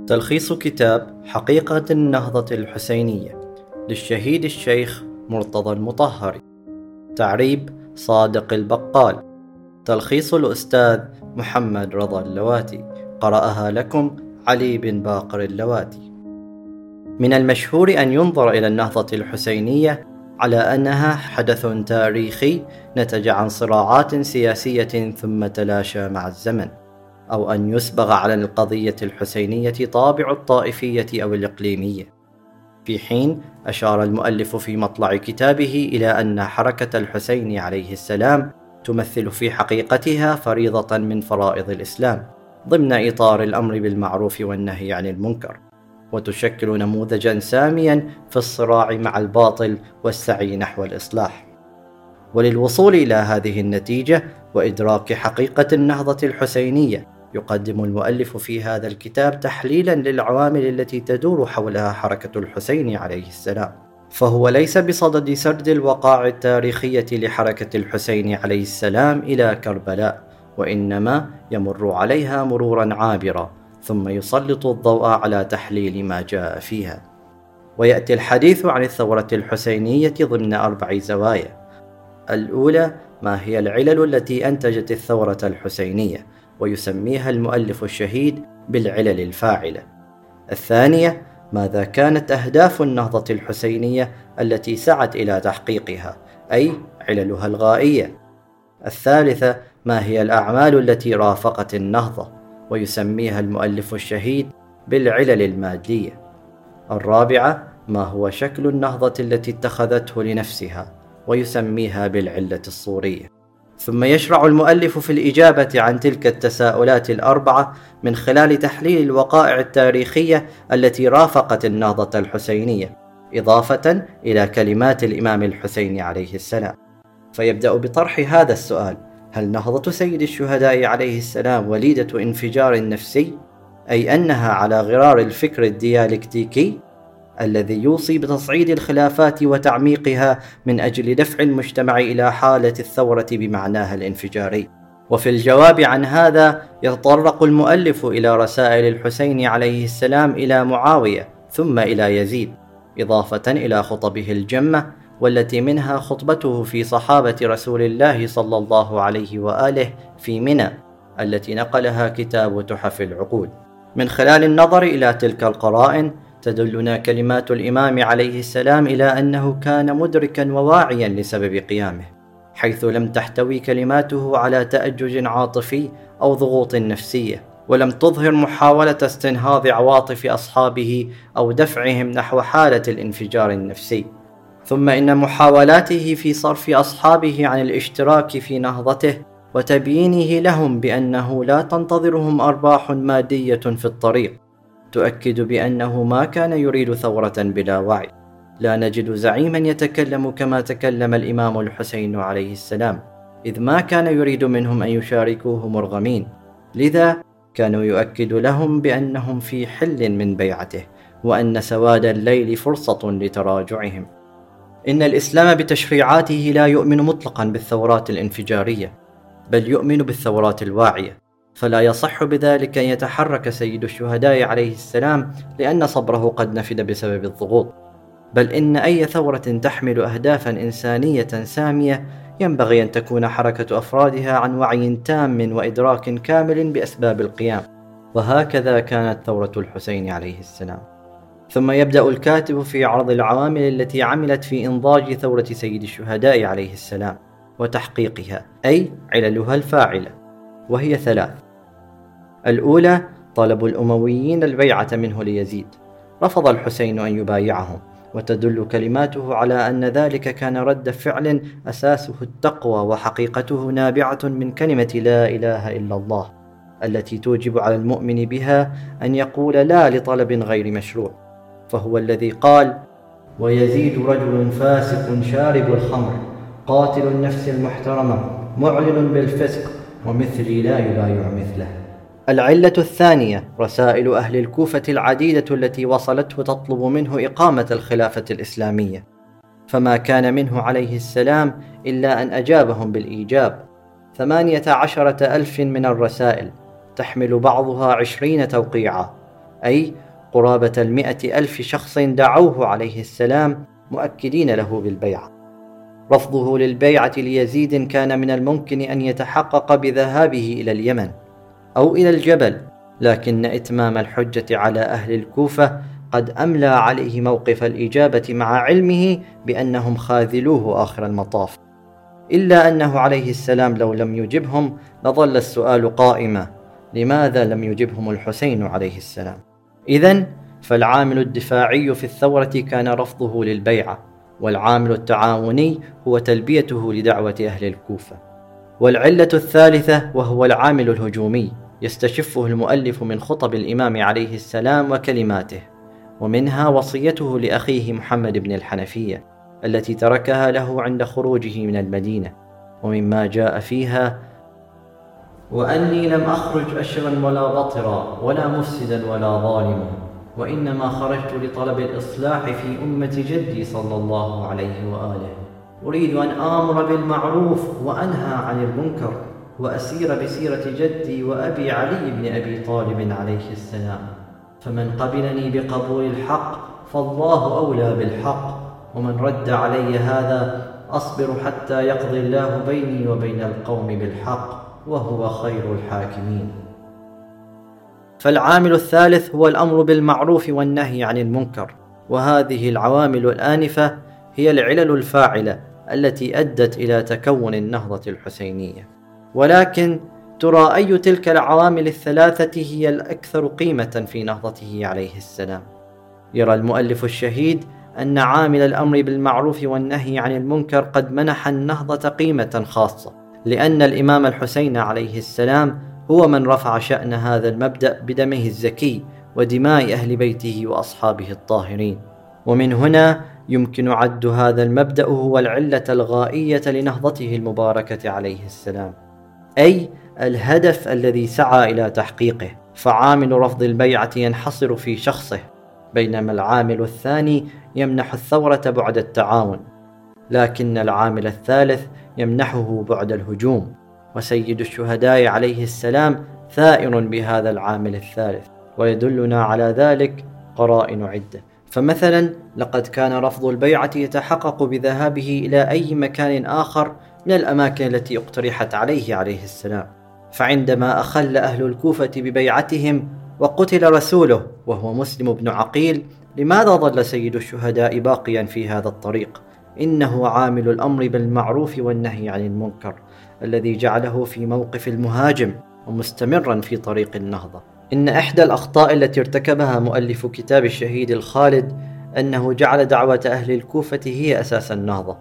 تلخيص كتاب حقيقة النهضة الحسينية للشهيد الشيخ مرتضى المطهري، تعريب صادق البقال، تلخيص الأستاذ محمد رضا اللواتي، قرأها لكم علي بن باقر اللواتي. من المشهور أن ينظر إلى النهضة الحسينية على أنها حدث تاريخي نتج عن صراعات سياسية ثم تلاشى مع الزمن، أو أن يسبغ على القضية الحسينية طابع الطائفية أو الإقليمية، في حين أشار المؤلف في مطلع كتابه إلى أن حركة الحسين عليه السلام تمثل في حقيقتها فريضة من فرائض الإسلام ضمن إطار الأمر بالمعروف والنهي عن المنكر، وتشكل نموذجا ساميا في الصراع مع الباطل والسعي نحو الإصلاح. وللوصول إلى هذه النتيجة وإدراك حقيقة النهضة الحسينية، يقدم المؤلف في هذا الكتاب تحليلا للعوامل التي تدور حولها حركة الحسين عليه السلام، فهو ليس بصدد سرد الوقائع التاريخية لحركة الحسين عليه السلام إلى كربلاء، وإنما يمر عليها مرورا عابرا ثم يسلط الضوء على تحليل ما جاء فيها. ويأتي الحديث عن الثورة الحسينية ضمن 4 زوايا. الأولى: ما هي العلل التي أنتجت الثورة الحسينية، ويسميها المؤلف الشهيد بالعلل الفاعلة. الثانية: ماذا كانت أهداف النهضة الحسينية التي سعت إلى تحقيقها، أي عللها الغائية. الثالثة: ما هي الأعمال التي رافقت النهضة، ويسميها المؤلف الشهيد بالعلل المادية. الرابعة: ما هو شكل النهضة التي اتخذته لنفسها، ويسميها بالعلة الصورية. ثم يشرع المؤلف في الإجابة عن تلك التساؤلات ال4 من خلال تحليل الوقائع التاريخية التي رافقت النهضة الحسينية، إضافة إلى كلمات الإمام الحسين عليه السلام. فيبدأ بطرح هذا السؤال: هل نهضة سيد الشهداء عليه السلام وليدة انفجار نفسي، أي أنها على غرار الفكر الديالكتيكي الذي يوصي بتصعيد الخلافات وتعميقها من أجل دفع المجتمع إلى حالة الثورة بمعناها الانفجاري؟ وفي الجواب عن هذا يتطرق المؤلف إلى رسائل الحسين عليه السلام إلى معاوية ثم إلى يزيد، إضافة إلى خطبه الجمة، والتي منها خطبته في صحابة رسول الله صلى الله عليه وآله في منى، التي نقلها كتاب تحف العقود. من خلال النظر إلى تلك القرائن تدلنا كلمات الإمام عليه السلام إلى أنه كان مدركا وواعيا لسبب قيامه، حيث لم تحتوي كلماته على تأجج عاطفي أو ضغوط نفسية، ولم تظهر محاولة استنهاض عواطف أصحابه أو دفعهم نحو حالة الانفجار النفسي. ثم إن محاولاته في صرف أصحابه عن الاشتراك في نهضته وتبيينه لهم بأنه لا تنتظرهم أرباح مادية في الطريق تؤكد بأنه ما كان يريد ثورة بلا وعي. لا نجد زعيما يتكلم كما تكلم الإمام الحسين عليه السلام، إذ ما كان يريد منهم أن يشاركوه مرغمين، لذا كان يؤكد لهم بأنهم في حل من بيعته، وأن سواد الليل فرصة لتراجعهم. إن الإسلام بتشريعاته لا يؤمن مطلقا بالثورات الانفجارية، بل يؤمن بالثورات الواعية، فلا يصح بذلك أن يتحرك سيد الشهداء عليه السلام لأن صبره قد نفد بسبب الضغوط، بل إن أي ثورة تحمل أهدافا إنسانية سامية ينبغي أن تكون حركة أفرادها عن وعي تام وإدراك كامل بأسباب القيام، وهكذا كانت ثورة الحسين عليه السلام. ثم يبدأ الكاتب في عرض العوامل التي عملت في إنضاج ثورة سيد الشهداء عليه السلام وتحقيقها، أي عللها الفاعلة، وهي 3. الأولى: طلب الأمويين البيعة منه ليزيد، رفض الحسين أن يبايعهم، وتدل كلماته على أن ذلك كان رد فعل أساسه التقوى وحقيقته نابعة من كلمة لا إله إلا الله، التي توجب على المؤمن بها أن يقول لا لطلب غير مشروع، فهو الذي قال: ويزيد رجل فاسق شارب الخمر قاتل النفس المحترمة معلن بالفسق ومثلي لا يبايع مثله. العلة الثانية: رسائل أهل الكوفة العديدة التي وصلته تطلب منه إقامة الخلافة الإسلامية، فما كان منه عليه السلام إلا أن أجابهم بالإيجاب. 18,000 من الرسائل، تحمل بعضها 20 توقيعا، أي قرابة 100,000 شخص دعوه عليه السلام مؤكدين له بالبيعة. رفضه للبيعة ليزيد كان من الممكن أن يتحقق بذهابه إلى اليمن أو إلى الجبل، لكن إتمام الحجة على أهل الكوفة قد أملى عليه موقف الإجابة مع علمه بأنهم خاذلوه آخر المطاف. إلا أنه عليه السلام لو لم يجبهم لظل السؤال قائما: لماذا لم يجبهم الحسين عليه السلام؟ إذن فالعامل الدفاعي في الثورة كان رفضه للبيعة، والعامل التعاوني هو تلبيته لدعوة أهل الكوفة. والعلة الثالثة وهو العامل الهجومي يستشفه المؤلف من خطب الإمام عليه السلام وكلماته، ومنها وصيته لأخيه محمد بن الحنفية التي تركها له عند خروجه من المدينة، ومما جاء فيها: وأني لم أخرج أشرا ولا بطرا ولا مفسدا ولا ظالما، وإنما خرجت لطلب الإصلاح في أمة جدي صلى الله عليه وآله، أريد أن آمر بالمعروف وأنهى عن المنكر، وأسير بسيرة جدي وأبي علي بن أبي طالب عليه السلام، فمن قبلني بقبول الحق فالله أولى بالحق، ومن رد علي هذا أصبر حتى يقضي الله بيني وبين القوم بالحق، وهو خير الحاكمين. فالعامل الثالث هو الأمر بالمعروف والنهي عن المنكر، وهذه العوامل الآنفة هي العلل الفاعلة التي أدت إلى تكون النهضة الحسينية. ولكن ترى أي تلك العوامل الثلاثة هي الأكثر قيمة في نهضته عليه السلام؟ يرى المؤلف الشهيد أن عامل الأمر بالمعروف والنهي عن المنكر قد منح النهضة قيمة خاصة، لأن الإمام الحسين عليه السلام هو من رفع شأن هذا المبدأ بدمه الزكي ودماء أهل بيته وأصحابه الطاهرين. ومن هنا يمكن عد هذا المبدأ هو العلة الغائية لنهضته المباركة عليه السلام، أي الهدف الذي سعى إلى تحقيقه. فعامل رفض البيعة ينحصر في شخصه، بينما العامل الثاني يمنح الثورة بعد التعاون، لكن العامل الثالث يمنحه بعد الهجوم. وسيد الشهداء عليه السلام ثائر بهذا العامل الثالث، ويدلنا على ذلك قرائن عدة. فمثلا لقد كان رفض البيعة يتحقق بذهابه إلى أي مكان آخر من الأماكن التي اقترحت عليه السلام، فعندما أخل أهل الكوفة ببيعتهم وقتل رسوله وهو مسلم بن عقيل، لماذا ظل سيد الشهداء باقيا في هذا الطريق؟ إنه عامل الأمر بالمعروف والنهي عن المنكر الذي جعله في موقف المهاجم ومستمرا في طريق النهضة. إن إحدى الأخطاء التي ارتكبها مؤلف كتاب الشهيد الخالد أنه جعل دعوة أهل الكوفة هي أساس النهضة،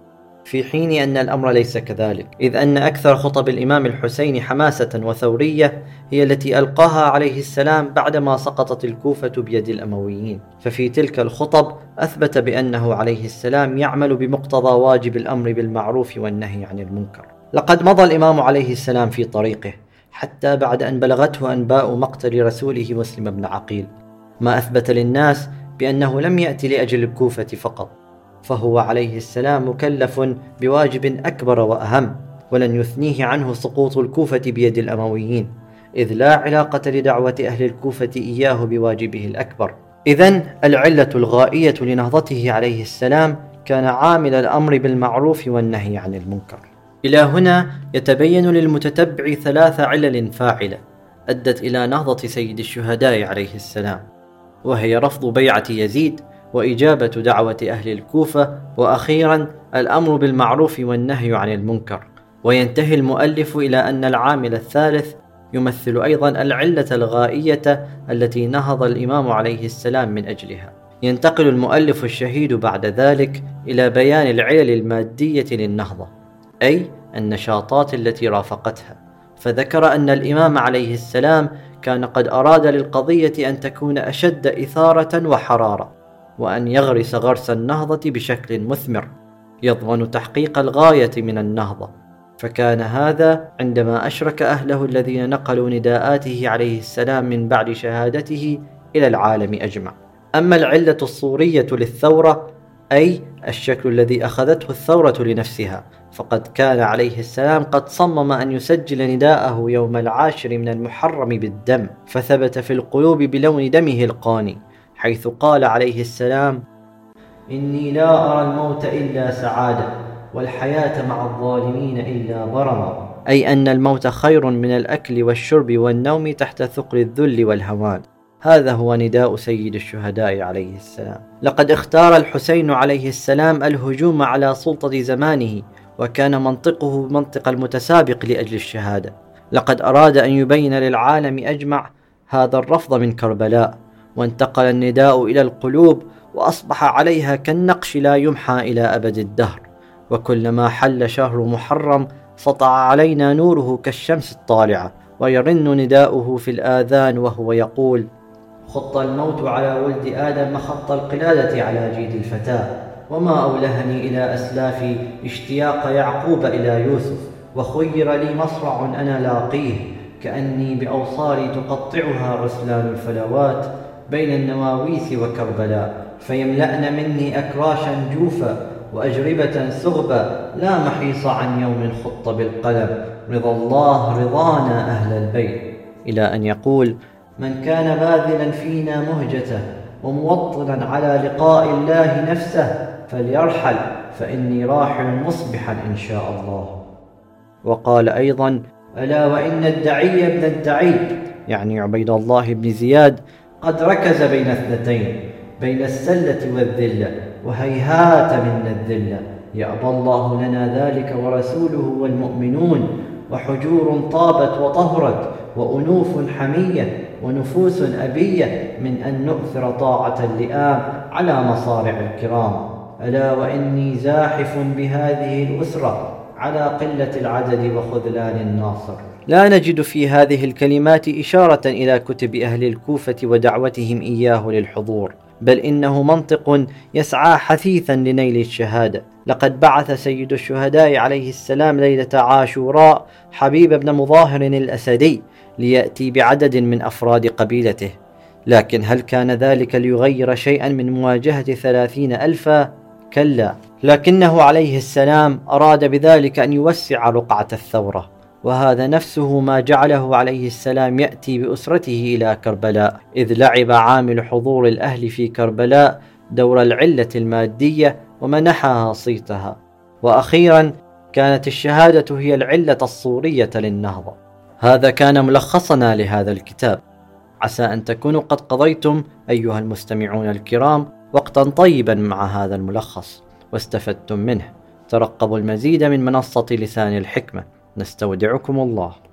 في حين أن الأمر ليس كذلك، إذ أن أكثر خطب الإمام الحسين حماسة وثورية هي التي ألقاها عليه السلام بعدما سقطت الكوفة بيد الأمويين. ففي تلك الخطب أثبت بأنه عليه السلام يعمل بمقتضى واجب الأمر بالمعروف والنهي عن المنكر. لقد مضى الإمام عليه السلام في طريقه حتى بعد أن بلغته أنباء مقتل رسوله مسلم بن عقيل، ما أثبت للناس بأنه لم يأتي لأجل الكوفة فقط، فهو عليه السلام مكلف بواجب أكبر وأهم، ولن يثنيه عنه سقوط الكوفة بيد الأمويين، إذ لا علاقة لدعوة أهل الكوفة إياه بواجبه الأكبر. إذن العلة الغائية لنهضته عليه السلام كان عامل الأمر بالمعروف والنهي عن المنكر. إلى هنا يتبين للمتتبع 3 علل فاعلة أدت إلى نهضة سيد الشهداء عليه السلام، وهي رفض بيعة يزيد، وإجابة دعوة أهل الكوفة، وأخيرا الأمر بالمعروف والنهي عن المنكر. وينتهي المؤلف إلى أن العامل الثالث يمثل أيضا العلة الغائية التي نهض الإمام عليه السلام من أجلها. ينتقل المؤلف الشهيد بعد ذلك إلى بيان العلل المادية للنهضة، أي النشاطات التي رافقتها، فذكر أن الإمام عليه السلام كان قد أراد للقضية أن تكون أشد إثارة وحرارة، وأن يغرس غرس النهضة بشكل مثمر يضمن تحقيق الغاية من النهضة، فكان هذا عندما أشرك أهله الذين نقلوا نداءاته عليه السلام من بعد شهادته إلى العالم أجمع. أما العلة الصورية للثورة، أي الشكل الذي أخذته الثورة لنفسها، فقد كان عليه السلام قد صمم أن يسجل نداءه يوم 10 من المحرم بالدم، فثبت في القلوب بلون دمه القاني، حيث قال عليه السلام: إني لا أرى الموت إلا سعادة، والحياة مع الظالمين إلا برما، أي أن الموت خير من الأكل والشرب والنوم تحت ثقل الذل والهوان. هذا هو نداء سيد الشهداء عليه السلام. لقد اختار الحسين عليه السلام الهجوم على سلطة زمانه، وكان منطقه منطق المتسابق لأجل الشهادة. لقد أراد أن يبين للعالم أجمع هذا الرفض من كربلاء، وانتقل النداء إلى القلوب وأصبح عليها كالنقش لا يمحى إلى أبد الدهر. وكلما حل شهر محرم سطع علينا نوره كالشمس الطالعة، ويرن نداؤه في الآذان وهو يقول: خط الموت على ولد آدم خط القلادة على جيد الفتاة، وما أولهني إلى أسلافي اشتياق يعقوب إلى يوسف، وخير لي مصرع أنا لاقيه، كأني بأوصاري تقطعها عسلان الفلوات بين النواويس وكربلاء، فيملأن مني أكراشا جوفا وأجربة سغبا، لا محيص عن يوم خط بالقلم، رضا الله رضانا أهل البيت، إلى أن يقول: من كان باذلا فينا مهجته وموطنا على لقاء الله نفسه فليرحل، فإني راحل مصبحا إن شاء الله. وقال أيضا: ألا وإن الدعي بن الدعي، يعني عبيد الله بن زياد، قد ركز بين اثنتين، بين السلة والذلة، وهيهات منا الذلة، يأبى الله لنا ذلك ورسوله والمؤمنون، وحجور طابت وطهرت، وأنوف حمية، ونفوس أبية، من أن نؤثر طاعة اللئام على مصارع الكرام. ألا وإني زاحف بهذه الأسرة على قلة العدد وخذلان الناصر. لا نجد في هذه الكلمات إشارة إلى كتب أهل الكوفة ودعوتهم إياه للحضور، بل إنه منطق يسعى حثيثا لنيل الشهادة. لقد بعث سيد الشهداء عليه السلام ليلة عاشوراء حبيب بن مظاهر الأسدي ليأتي بعدد من أفراد قبيلته، لكن هل كان ذلك ليغير شيئا من مواجهة 30,000؟ كلا، لكنه عليه السلام أراد بذلك أن يوسع رقعة الثورة، وهذا نفسه ما جعله عليه السلام يأتي بأسرته إلى كربلاء، إذ لعب عامل حضور الأهل في كربلاء دور العلة المادية ومنحها صيتها. وأخيرا كانت الشهادة هي العلة الصورية للنهضة. هذا كان ملخصنا لهذا الكتاب. عسى أن تكونوا قد قضيتم أيها المستمعون الكرام وقتا طيبا مع هذا الملخص واستفدتم منه. ترقبوا المزيد من منصة لسان الحكمة. نستودعكم الله.